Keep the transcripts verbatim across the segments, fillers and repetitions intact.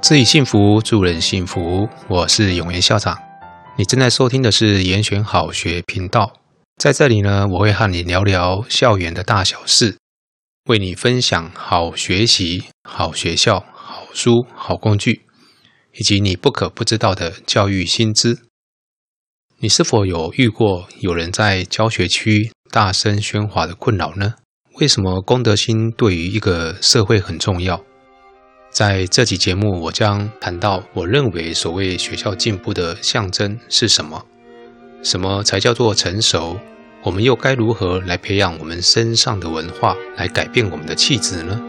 自己幸福，助人幸福。我是永言校长，你正在收听的是严选好学频道。在这里呢，我会和你聊聊校园的大小事，为你分享好学习、好学校、好书、好工具，以及你不可不知道的教育新知。你是否有遇过有人在教学区大声喧哗的困扰呢？为什么公德心对于一个社会很重要？在这期节目，我将谈到我认为所谓学校进步的象征是什么，什么才叫做成熟，我们又该如何来培养我们身上的文化，来改变我们的气质呢？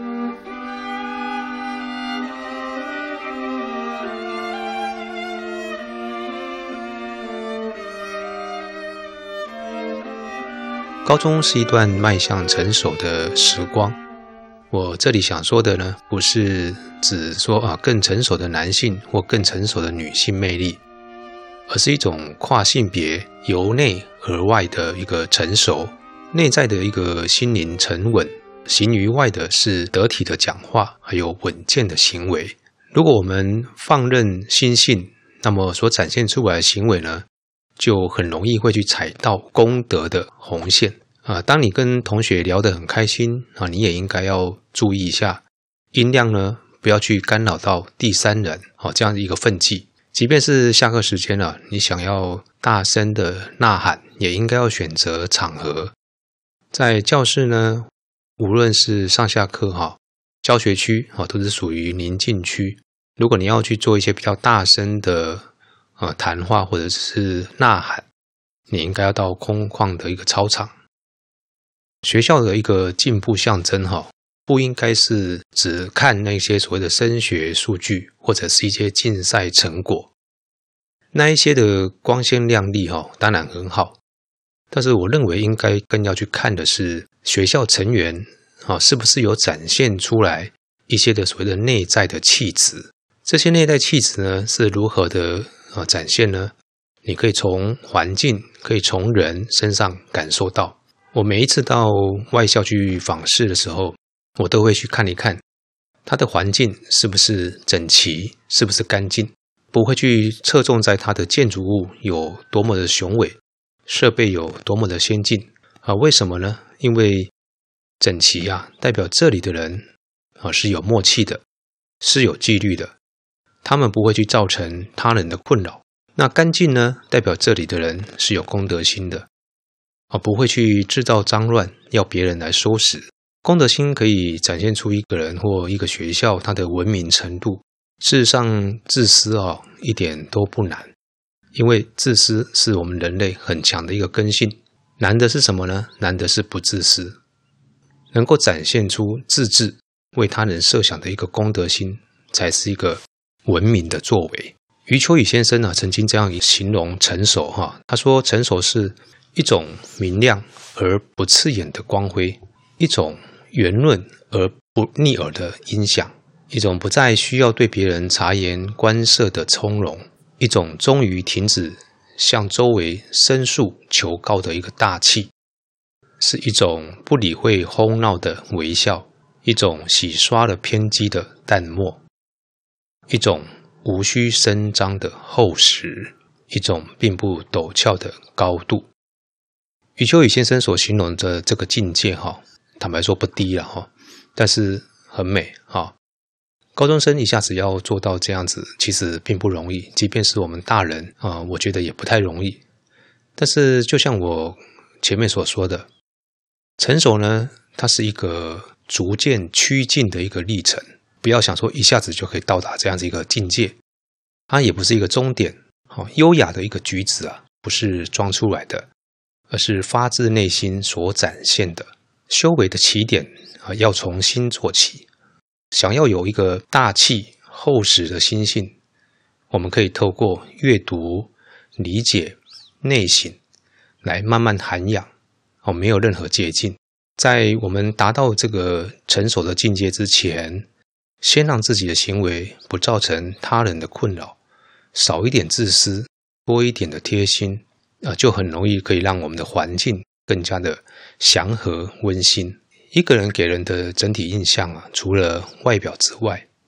高中是一段迈向成熟的时光。我这里想说的呢，不是指说啊更成熟的男性或更成熟的女性魅力，而是一种跨性别由内而外的一个成熟，内在的一个心灵沉稳，行于外的是得体的讲话，还有稳健的行为。如果我们放任心性，那么所展现出来的行为呢，就很容易会去踩到公德的红线。啊，当你跟同学聊得很开心啊，你也应该要注意一下音量呢，不要去干扰到第三人，好，这样的一个分际。即便是下课时间了，你想要大声的呐喊，也应该要选择场合。在教室呢，无论是上下课哈，教学区啊，都是属于宁静区。如果你要去做一些比较大声的呃谈话或者是呐喊，你应该要到空旷的一个操场。学校的一个进步象征哈，不应该是只看那些所谓的升学数据或者是一些竞赛成果，那一些的光鲜亮丽哈，当然很好，但是我认为应该更要去看的是学校成员啊，是不是有展现出来一些的所谓的内在的气质。这些内在气质呢，是如何的啊展现呢？你可以从环境，可以从人身上感受到。我每一次到外校去访视的时候，我都会去看一看它的环境是不是整齐，是不是干净，不会去侧重在它的建筑物有多么的雄伟，设备有多么的先进啊？为什么呢？因为整齐啊，代表这里的人啊是有默契的，是有纪律的，他们不会去造成他人的困扰。那干净呢，代表这里的人是有公德心的。啊，不会去制造脏乱，要别人来收拾。公德心可以展现出一个人或一个学校它的文明程度。事实上，自私啊，一点都不难，因为自私是我们人类很强的一个根性。难的是什么呢？难的是不自私，能够展现出自治、为他人设想的一个公德心，才是一个文明的作为。余秋雨先生啊，曾经这样形容成熟哈，他说成熟是一种明亮而不刺眼的光辉，一种圆润而不逆耳的音响，一种不再需要对别人察言观色的从容，一种终于停止向周围申诉求告的一个大气，是一种不理会哄闹的微笑，一种洗刷了偏激的淡漠，一种无需声张的厚实，一种并不陡峭的高度。余秋雨先生所形容的这个境界哈，坦白说不低了哈，但是很美哈。高中生一下子要做到这样子，其实并不容易，即便是我们大人啊，我觉得也不太容易。但是就像我前面所说的，成熟呢，它是一个逐渐趋近的一个历程，不要想说一下子就可以到达这样子一个境界，它也不是一个终点。好，优雅的一个举止啊，不是装出来的，而是发自内心所展现的。修为的起点啊，要从心做起。想要有一个大气厚实的心性，我们可以透过阅读、理解、内省来慢慢涵养，哦，没有任何捷径。在我们达到这个成熟的境界之前，先让自己的行为不造成他人的困扰，少一点自私，多一点的贴心，呃，就很容易可以让我们的环境更加的祥和温馨。一个人给人的整体印象啊，除了外表之外，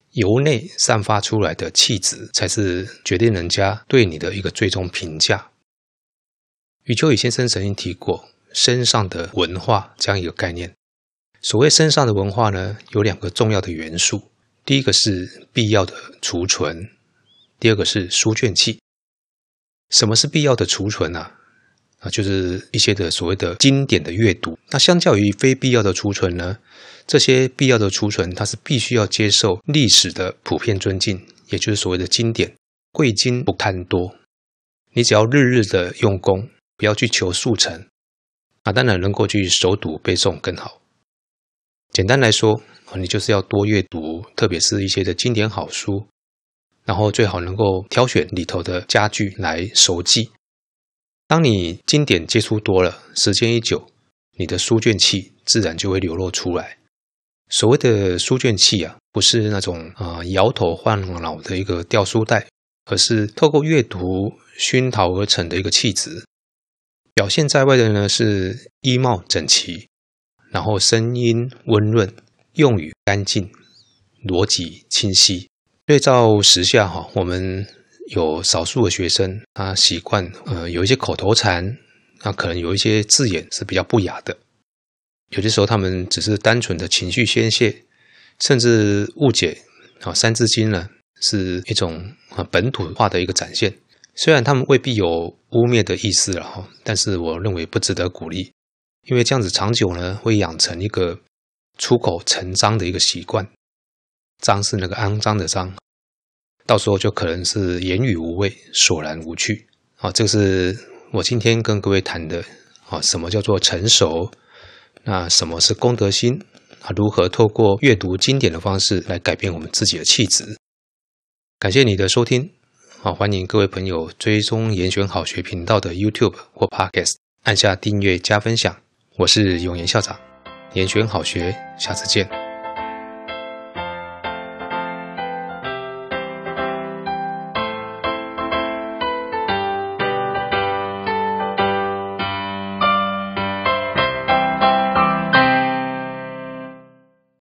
由内散发出来的气质才是决定人家对你的一个最终评价。余秋雨先生曾经提过身上的文化这样一个概念。所谓身上的文化呢，有两个重要的元素，第一个是必要的储存，第二个是书卷气。什么是必要的储存啊？啊，就是一些的所谓的经典的阅读。那相较于非必要的储存呢，这些必要的储存它是必须要接受历史的普遍尊敬，也就是所谓的经典，贵精不贪多。你只要日日的用功，不要去求速成，那当然能够去熟读背诵更好。简单来说，你就是要多阅读，特别是一些的经典好书，然后最好能够挑选里头的佳句来熟记。当你经典接触多了，时间一久，你的书卷气自然就会流露出来。所谓的书卷气啊，不是那种呃摇头晃脑的一个掉书袋，而是透过阅读熏陶而成的一个气质。表现在外的呢是衣帽整齐，然后声音温润，用语干净，逻辑清晰。对照时下哈，我们有少数的学生，他习惯呃有一些口头禅，那可能有一些字眼是比较不雅的。有些时候他们只是单纯的情绪宣泄，甚至误解啊《三字经》呢是一种啊本土化的一个展现。虽然他们未必有污蔑的意思了哈，但是我认为不值得鼓励。因为这样子长久呢，会养成一个出口成章的一个习惯。章是那个肮脏的脏，到时候就可能是言语无味，索然无趣。啊，这个是我今天跟各位谈的啊，什么叫做成熟？那什么是公德心？啊，如何透过阅读经典的方式来改变我们自己的气质？感谢你的收听，啊，欢迎各位朋友追踪严选好学频道的 YouTube 或 Podcast， 按下订阅加分享。我是永言校长，严选好学，下次见。